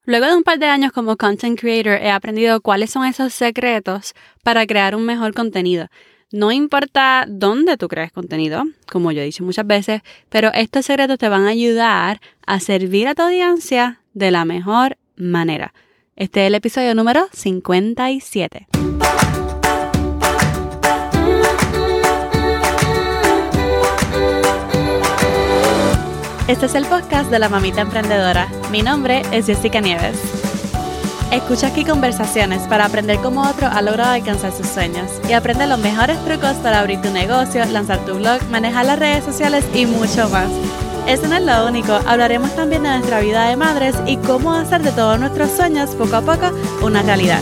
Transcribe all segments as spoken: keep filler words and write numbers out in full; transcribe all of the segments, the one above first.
Luego de un par de años como content creator, he aprendido cuáles son esos secretos para crear un mejor contenido. No importa dónde tú crees contenido, como yo he dicho muchas veces, pero estos secretos te van a ayudar a servir a tu audiencia de la mejor manera. Este es el episodio número cincuenta y siete. Este es el podcast de La Mamita Emprendedora. Mi nombre es Jessica Nieves. Escucha aquí conversaciones para aprender cómo otro ha logrado alcanzar sus sueños y aprende los mejores trucos para abrir tu negocio, lanzar tu blog, manejar las redes sociales y mucho más. Eso no es lo único, hablaremos también de nuestra vida de madres y cómo hacer de todos nuestros sueños poco a poco una realidad.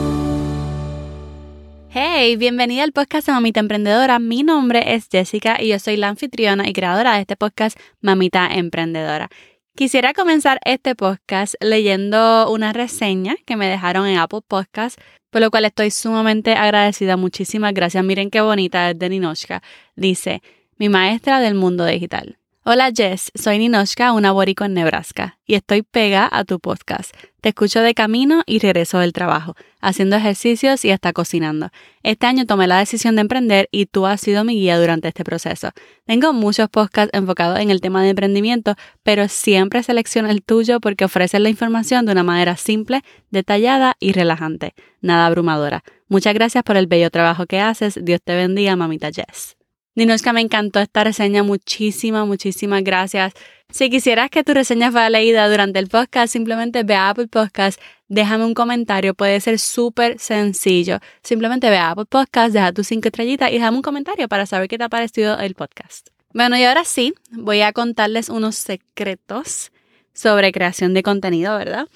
Hey, bienvenida al podcast de Mamita Emprendedora. Mi nombre es Jessica y yo soy la anfitriona y creadora de este podcast Mamita Emprendedora. Quisiera comenzar este podcast leyendo una reseña que me dejaron en Apple Podcasts, por lo cual estoy sumamente agradecida. Muchísimas gracias. Miren qué bonita, es de Ninoshka. Dice, mi maestra del mundo digital. Hola Jess, soy Ninoshka, una boricua en Nebraska, y estoy pega a tu podcast. Te escucho de camino y regreso del trabajo, haciendo ejercicios y hasta cocinando. Este año tomé la decisión de emprender y tú has sido mi guía durante este proceso. Tengo muchos podcasts enfocados en el tema de emprendimiento, pero siempre selecciono el tuyo porque ofreces la información de una manera simple, detallada y relajante, nada abrumadora. Muchas gracias por el bello trabajo que haces. Dios te bendiga, mamita Jess. Ninoshka, me encantó esta reseña. Muchísimas, muchísimas gracias. Si quisieras que tu reseña fuera leída durante el podcast, simplemente ve a Apple Podcasts, déjame un comentario. Puede ser súper sencillo. Simplemente ve a Apple Podcasts, deja tus cinco estrellitas y déjame un comentario para saber qué te ha parecido el podcast. Bueno, y ahora sí, voy a contarles unos secretos sobre creación de contenido, ¿verdad?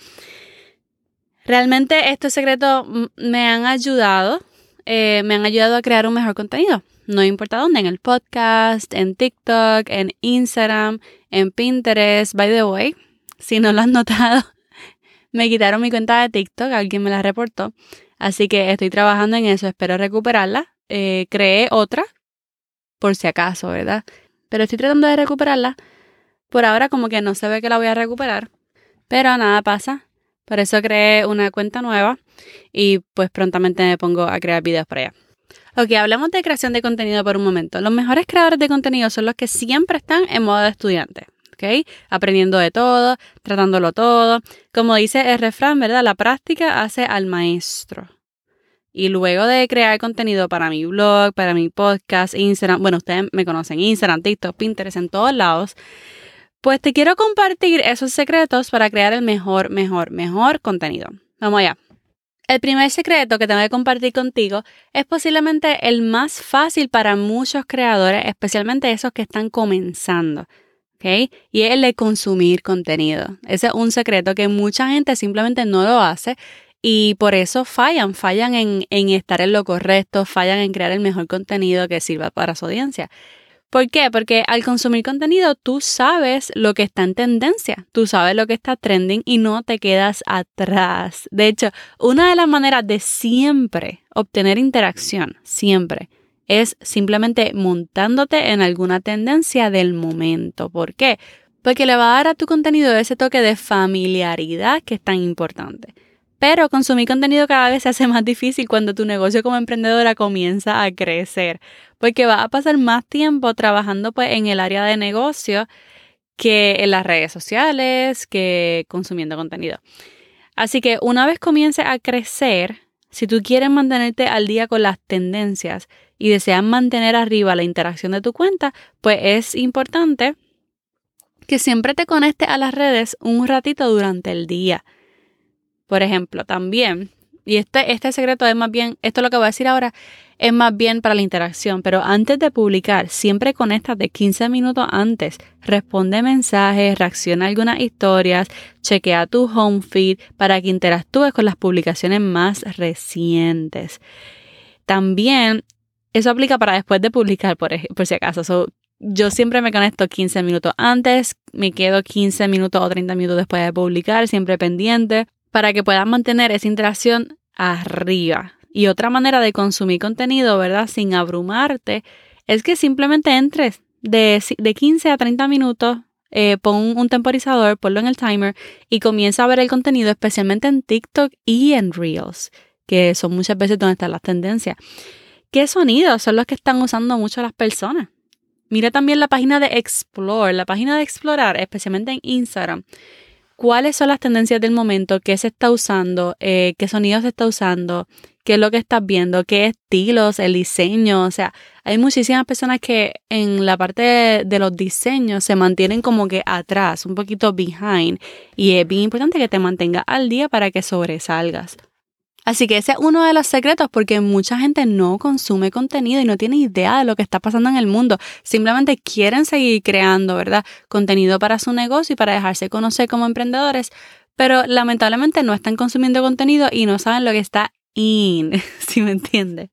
Realmente estos secretos me han ayudado, eh, me han ayudado a crear un mejor contenido. No importa dónde, en el podcast, en TikTok, en Instagram, en Pinterest. By the way, si no lo has notado, me quitaron mi cuenta de TikTok, alguien me la reportó. Así que estoy trabajando en eso, espero recuperarla. Eh, creé otra, por si acaso, ¿verdad? Pero estoy tratando de recuperarla. Por ahora como que no se ve que la voy a recuperar, pero nada pasa. Por eso creé una cuenta nueva y pues prontamente me pongo a crear videos para allá. Ok, hablemos de creación de contenido por un momento. Los mejores creadores de contenido son los que siempre están en modo de estudiante, ¿ok? Aprendiendo de todo, tratándolo todo. Como dice el refrán, ¿verdad? La práctica hace al maestro. Y luego de crear contenido para mi blog, para mi podcast, Instagram, bueno, ustedes me conocen, Instagram, TikTok, Pinterest, en todos lados, pues te quiero compartir esos secretos para crear el mejor, mejor, mejor contenido. Vamos allá. El primer secreto que tengo que compartir contigo es posiblemente el más fácil para muchos creadores, especialmente esos que están comenzando, ¿ok? Y es el de consumir contenido. Ese es un secreto que mucha gente simplemente no lo hace y por eso fallan, fallan en, en estar en lo correcto, fallan en crear el mejor contenido que sirva para su audiencia. ¿Por qué? Porque al consumir contenido tú sabes lo que está en tendencia, tú sabes lo que está trending y no te quedas atrás. De hecho, una de las maneras de siempre obtener interacción, siempre, es simplemente montándote en alguna tendencia del momento. ¿Por qué? Porque le va a dar a tu contenido ese toque de familiaridad que es tan importante. Pero consumir contenido cada vez se hace más difícil cuando tu negocio como emprendedora comienza a crecer, porque vas a pasar más tiempo trabajando pues en el área de negocio que en las redes sociales, que consumiendo contenido. Así que una vez comiences a crecer, si tú quieres mantenerte al día con las tendencias y deseas mantener arriba la interacción de tu cuenta, pues es importante que siempre te conectes a las redes un ratito durante el día. Por ejemplo, también, y este, este secreto es más bien, esto es lo que voy a decir ahora, es más bien para la interacción, pero antes de publicar, siempre conéctate quince minutos antes, responde mensajes, reacciona a algunas historias, chequea tu home feed para que interactúes con las publicaciones más recientes. También, eso aplica para después de publicar, por, por si acaso. So, yo siempre me conecto quince minutos antes, me quedo quince minutos o treinta minutos después de publicar, siempre pendiente, para que puedas mantener esa interacción arriba. Y otra manera de consumir contenido, ¿verdad? Sin abrumarte, es que simplemente entres de, de quince a treinta minutos eh, pon un temporizador, ponlo en el timer y comienza a ver el contenido, especialmente en TikTok y en Reels, que son muchas veces donde están las tendencias. ¿Qué sonidos son los que están usando mucho las personas? Mira también la página de Explore, la página de explorar, especialmente en Instagram. ¿Cuáles son las tendencias del momento? ¿Qué se está usando? Eh, ¿Qué sonidos se está usando? ¿Qué es lo que estás viendo? ¿Qué estilos? ¿El diseño? O sea, hay muchísimas personas que en la parte de, de los diseños se mantienen como que atrás, un poquito behind. Y es bien importante que te mantengas al día para que sobresalgas. Así que ese es uno de los secretos porque mucha gente no consume contenido y no tiene idea de lo que está pasando en el mundo. Simplemente quieren seguir creando, ¿verdad? Contenido para su negocio y para dejarse conocer como emprendedores, pero lamentablemente no están consumiendo contenido y no saben lo que está in, ¿sí me entiende?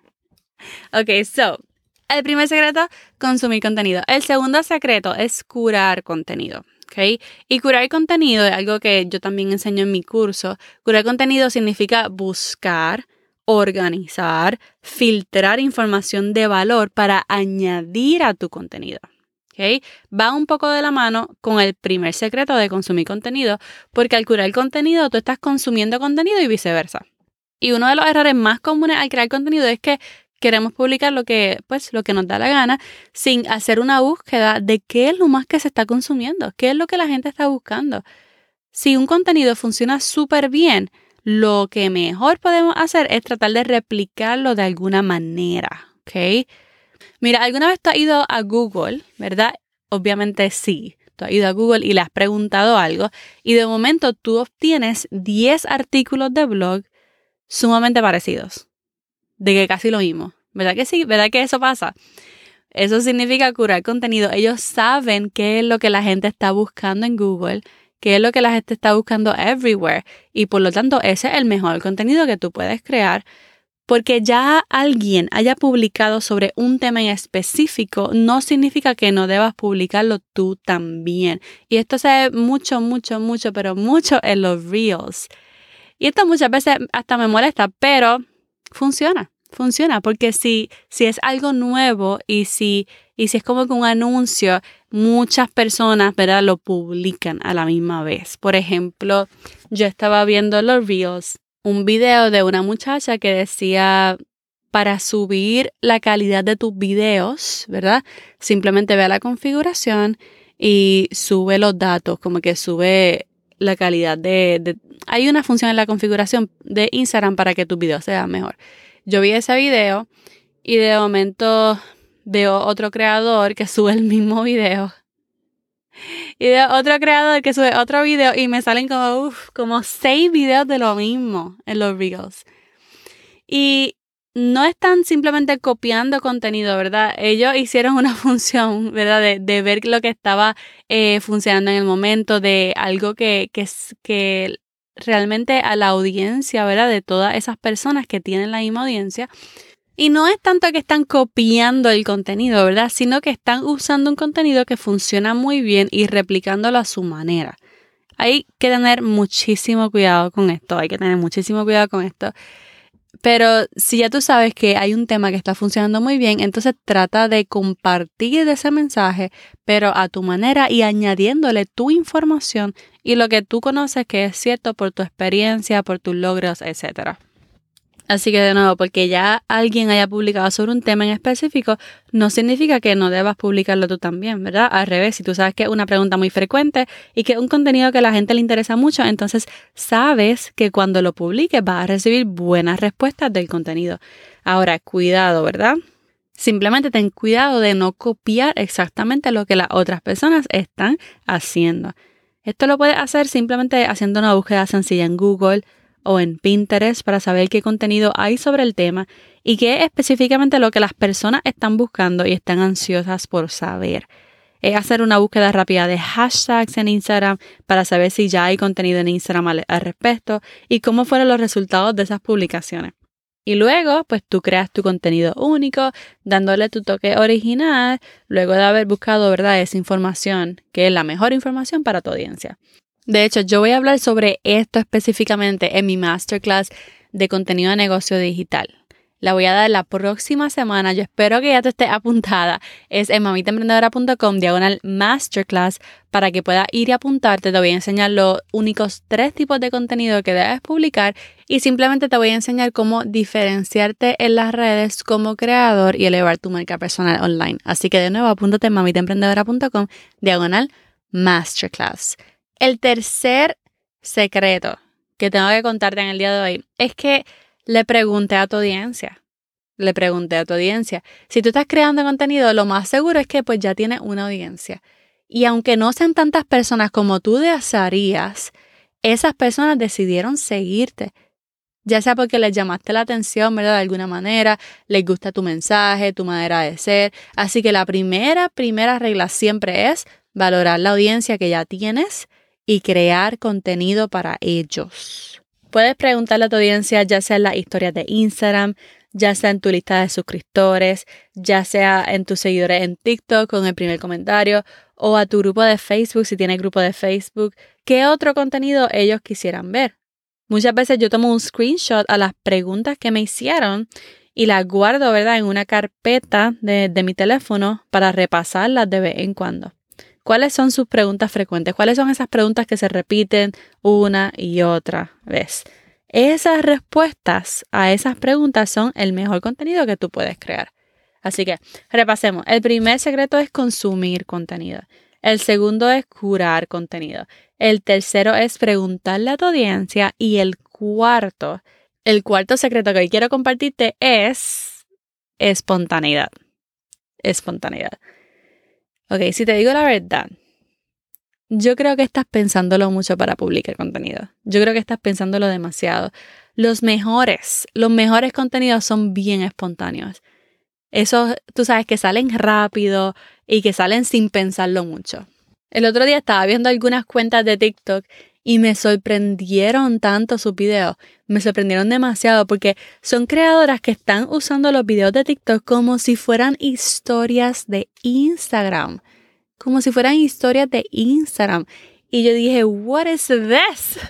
Ok, so, el primer secreto, consumir contenido. El segundo secreto es curar contenido. Okay. Y curar contenido es algo que yo también enseño en mi curso. Curar contenido significa buscar, organizar, filtrar información de valor para añadir a tu contenido. Okay. Va un poco de la mano con el primer secreto de consumir contenido, porque al curar contenido tú estás consumiendo contenido y viceversa. Y uno de los errores más comunes al crear contenido es que queremos publicar lo que, pues, lo que nos da la gana sin hacer una búsqueda de qué es lo más que se está consumiendo, qué es lo que la gente está buscando. Si un contenido funciona súper bien, lo que mejor podemos hacer es tratar de replicarlo de alguna manera, ¿ok? Mira, ¿alguna vez tú has ido a Google, verdad? Obviamente sí. Tú has ido a Google y le has preguntado algo y de momento tú obtienes diez artículos de blog sumamente parecidos. De que casi lo mismo. ¿Verdad que sí? ¿Verdad que eso pasa? Eso significa curar contenido. Ellos saben qué es lo que la gente está buscando en Google, qué es lo que la gente está buscando everywhere. Y por lo tanto, ese es el mejor contenido que tú puedes crear. Porque ya alguien haya publicado sobre un tema en específico, no significa que no debas publicarlo tú también. Y esto se ve mucho, mucho, mucho, pero mucho en los Reels. Y esto muchas veces hasta me molesta, pero funciona, funciona, porque si, si es algo nuevo y si, y si es como que un anuncio, muchas personas, ¿verdad?, lo publican a la misma vez. Por ejemplo, yo estaba viendo los Reels, un video de una muchacha que decía, para subir la calidad de tus videos, ¿verdad?, simplemente ve la configuración y sube los datos, como que sube la calidad de, de... Hay una función en la configuración de Instagram para que tus videos sean mejor. Yo vi ese video y de momento veo otro creador que sube el mismo video. Y veo otro creador que sube otro video y me salen como, uf, como seis videos de lo mismo en los Reels. Y no están simplemente copiando contenido, ¿verdad? Ellos hicieron una función, ¿verdad? De, de ver lo que estaba eh, funcionando en el momento, de algo que, que, que realmente a la audiencia, ¿verdad? De todas esas personas que tienen la misma audiencia. Y no es tanto que están copiando el contenido, ¿verdad? Sino que están usando un contenido que funciona muy bien y replicándolo a su manera. Hay que tener muchísimo cuidado con esto, hay que tener muchísimo cuidado con esto. Pero si ya tú sabes que hay un tema que está funcionando muy bien, entonces trata de compartir ese mensaje, pero a tu manera y añadiéndole tu información y lo que tú conoces que es cierto por tu experiencia, por tus logros, etcétera. Así que de nuevo, porque ya alguien haya publicado sobre un tema en específico, no significa que no debas publicarlo tú también, ¿verdad? Al revés, si tú sabes que es una pregunta muy frecuente y que es un contenido que a la gente le interesa mucho, entonces sabes que cuando lo publiques vas a recibir buenas respuestas del contenido. Ahora, cuidado, ¿verdad? Simplemente ten cuidado de no copiar exactamente lo que las otras personas están haciendo. Esto lo puedes hacer simplemente haciendo una búsqueda sencilla en Google o en Pinterest para saber qué contenido hay sobre el tema y qué es específicamente lo que las personas están buscando y están ansiosas por saber. Es hacer una búsqueda rápida de hashtags en Instagram para saber si ya hay contenido en Instagram al, al respecto y cómo fueron los resultados de esas publicaciones. Y luego, pues tú creas tu contenido único, dándole tu toque original, luego de haber buscado, ¿verdad?, esa información, que es la mejor información para tu audiencia. De hecho, yo voy a hablar sobre esto específicamente en mi masterclass de contenido de negocio digital. la voy a dar la próxima semana. Yo espero que ya te estés apuntada. Es en mamitaemprendedora.com diagonal masterclass para que puedas ir y apuntarte. Te voy a enseñar los únicos tres tipos de contenido que debes publicar y simplemente te voy a enseñar cómo diferenciarte en las redes como creador y elevar tu marca personal online. Así que de nuevo, apúntate en mamitaemprendedora.com diagonal masterclass. El tercer secreto que tengo que contarte en el día de hoy es que le pregunté a tu audiencia. Le pregunté a tu audiencia. Si tú estás creando contenido, lo más seguro es que pues ya tienes una audiencia. Y aunque no sean tantas personas como tú desearías, esas personas decidieron seguirte. Ya sea porque les llamaste la atención, ¿verdad? De alguna manera, les gusta tu mensaje, tu manera de ser. Así que la primera, primera regla siempre es valorar la audiencia que ya tienes y crear contenido para ellos. Puedes preguntarle a tu audiencia, ya sea en las historias de Instagram, ya sea en tu lista de suscriptores, ya sea en tus seguidores en TikTok con el primer comentario, o a tu grupo de Facebook, si tienes grupo de Facebook, ¿qué otro contenido ellos quisieran ver? Muchas veces yo tomo un screenshot a las preguntas que me hicieron y las guardo, ¿verdad?, en una carpeta de, de mi teléfono para repasarlas de vez en cuando. ¿Cuáles son sus preguntas frecuentes? ¿Cuáles son esas preguntas que se repiten una y otra vez? Esas respuestas a esas preguntas son el mejor contenido que tú puedes crear. Así que repasemos. El primer secreto es consumir contenido. El segundo es curar contenido. El tercero es preguntarle a tu audiencia. Y el cuarto, el cuarto secreto que hoy quiero compartirte es espontaneidad. Espontaneidad. Ok, si te digo la verdad, yo creo que estás pensándolo mucho para publicar contenido. Yo creo que estás pensándolo demasiado. Los mejores, los mejores contenidos son bien espontáneos. Esos, tú sabes, que salen rápido y que salen sin pensarlo mucho. El otro día estaba viendo algunas cuentas de TikTok y me sorprendieron tanto sus videos. Me sorprendieron demasiado porque son creadoras que están usando los videos de TikTok como si fueran historias de Instagram. Como si fueran historias de Instagram. Y yo dije, what is this?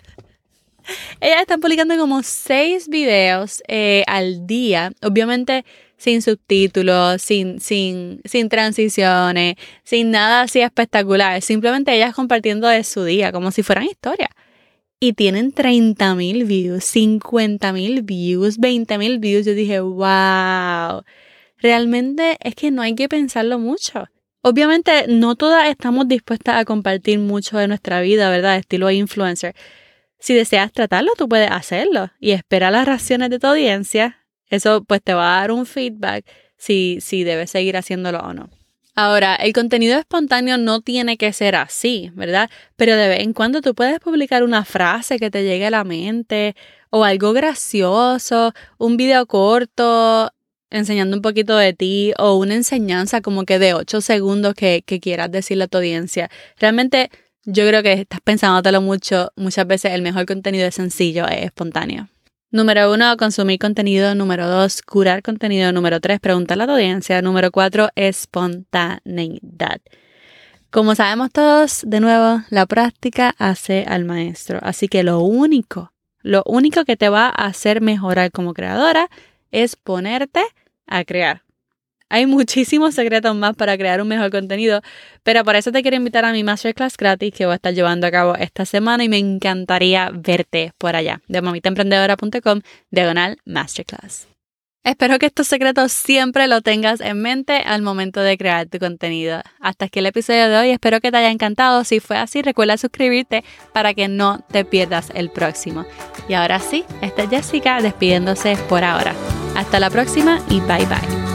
Ellas están publicando como seis videos eh, al día. Obviamente sin subtítulos, sin, sin, sin transiciones, sin nada así espectacular. Simplemente ellas compartiendo de su día, como si fueran historias. Y tienen treinta mil views, cincuenta mil views, veinte mil views. Yo dije, wow. Realmente es que no hay que pensarlo mucho. Obviamente no todas estamos dispuestas a compartir mucho de nuestra vida, ¿verdad? Estilo influencer. Si deseas tratarlo, tú puedes hacerlo y espera las reacciones de tu audiencia. Eso pues te va a dar un feedback si, si debes seguir haciéndolo o no. Ahora, el contenido espontáneo no tiene que ser así, ¿verdad? Pero de vez en cuando tú puedes publicar una frase que te llegue a la mente o algo gracioso, un video corto enseñando un poquito de ti o una enseñanza como que de ocho segundos que, que quieras decirle a tu audiencia. Realmente yo creo que estás pensándotelo mucho. Muchas veces el mejor contenido es sencillo, es espontáneo. Número uno, consumir contenido. Número dos, curar contenido. Número tres, preguntarle a tu audiencia. Número cuatro, espontaneidad. Como sabemos todos, de nuevo, la práctica hace al maestro. Así que lo único, lo único que te va a hacer mejorar como creadora es ponerte a crear. Hay muchísimos secretos más para crear un mejor contenido, pero por eso te quiero invitar a mi Masterclass gratis que voy a estar llevando a cabo esta semana y me encantaría verte por allá, de mamitaemprendedora.com, diagonal Masterclass. Espero que estos secretos siempre lo tengas en mente al momento de crear tu contenido. Hasta aquí el episodio de hoy, espero que te haya encantado. Si fue así, recuerda suscribirte para que no te pierdas el próximo. Y ahora sí, esta es Jessica despidiéndose por ahora. Hasta la próxima y bye bye.